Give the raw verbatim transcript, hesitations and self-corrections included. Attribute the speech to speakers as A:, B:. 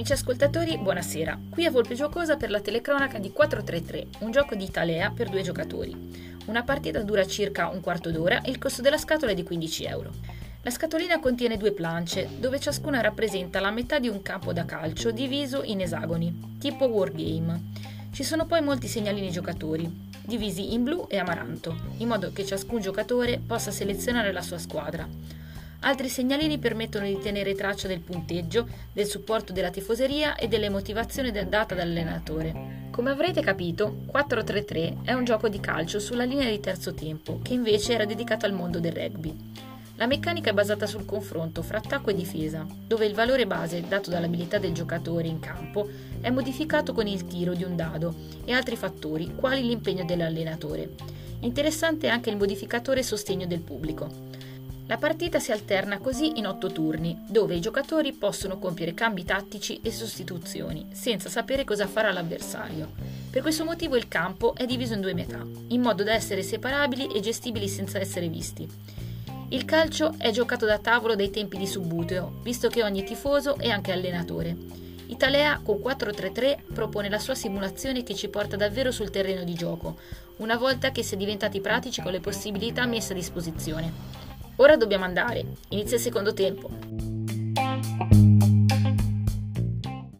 A: Amici ascoltatori, buonasera. Qui è Volpe Giocosa per la telecronaca di quattro tre tre, un gioco di Italea per due giocatori. Una partita dura circa un quarto d'ora e il costo della scatola è di quindici euro. La scatolina contiene due plance, dove ciascuna rappresenta la metà di un campo da calcio diviso in esagoni, tipo wargame. Ci sono poi molti segnalini giocatori, divisi in blu e amaranto, in modo che ciascun giocatore possa selezionare la sua squadra. Altri segnalini permettono di tenere traccia del punteggio, del supporto della tifoseria e delle motivazioni data dall'allenatore. Come avrete capito, quattro tre tre è un gioco di calcio sulla linea di terzo tempo, che invece era dedicato al mondo del rugby. La meccanica è basata sul confronto fra attacco e difesa, dove il valore base dato dall'abilità del giocatore in campo è modificato con il tiro di un dado e altri fattori, quali l'impegno dell'allenatore. Interessante è anche il modificatore sostegno del pubblico. La partita si alterna così in otto turni, dove i giocatori possono compiere cambi tattici e sostituzioni, senza sapere cosa farà l'avversario. Per questo motivo il campo è diviso in due metà, in modo da essere separabili e gestibili senza essere visti. Il calcio è giocato da tavolo dai tempi di Subbuteo, visto che ogni tifoso è anche allenatore. Italea con quattro tre tre propone la sua simulazione che ci porta davvero sul terreno di gioco, una volta che si è diventati pratici con le possibilità messe a disposizione. Ora dobbiamo andare, inizia il secondo tempo.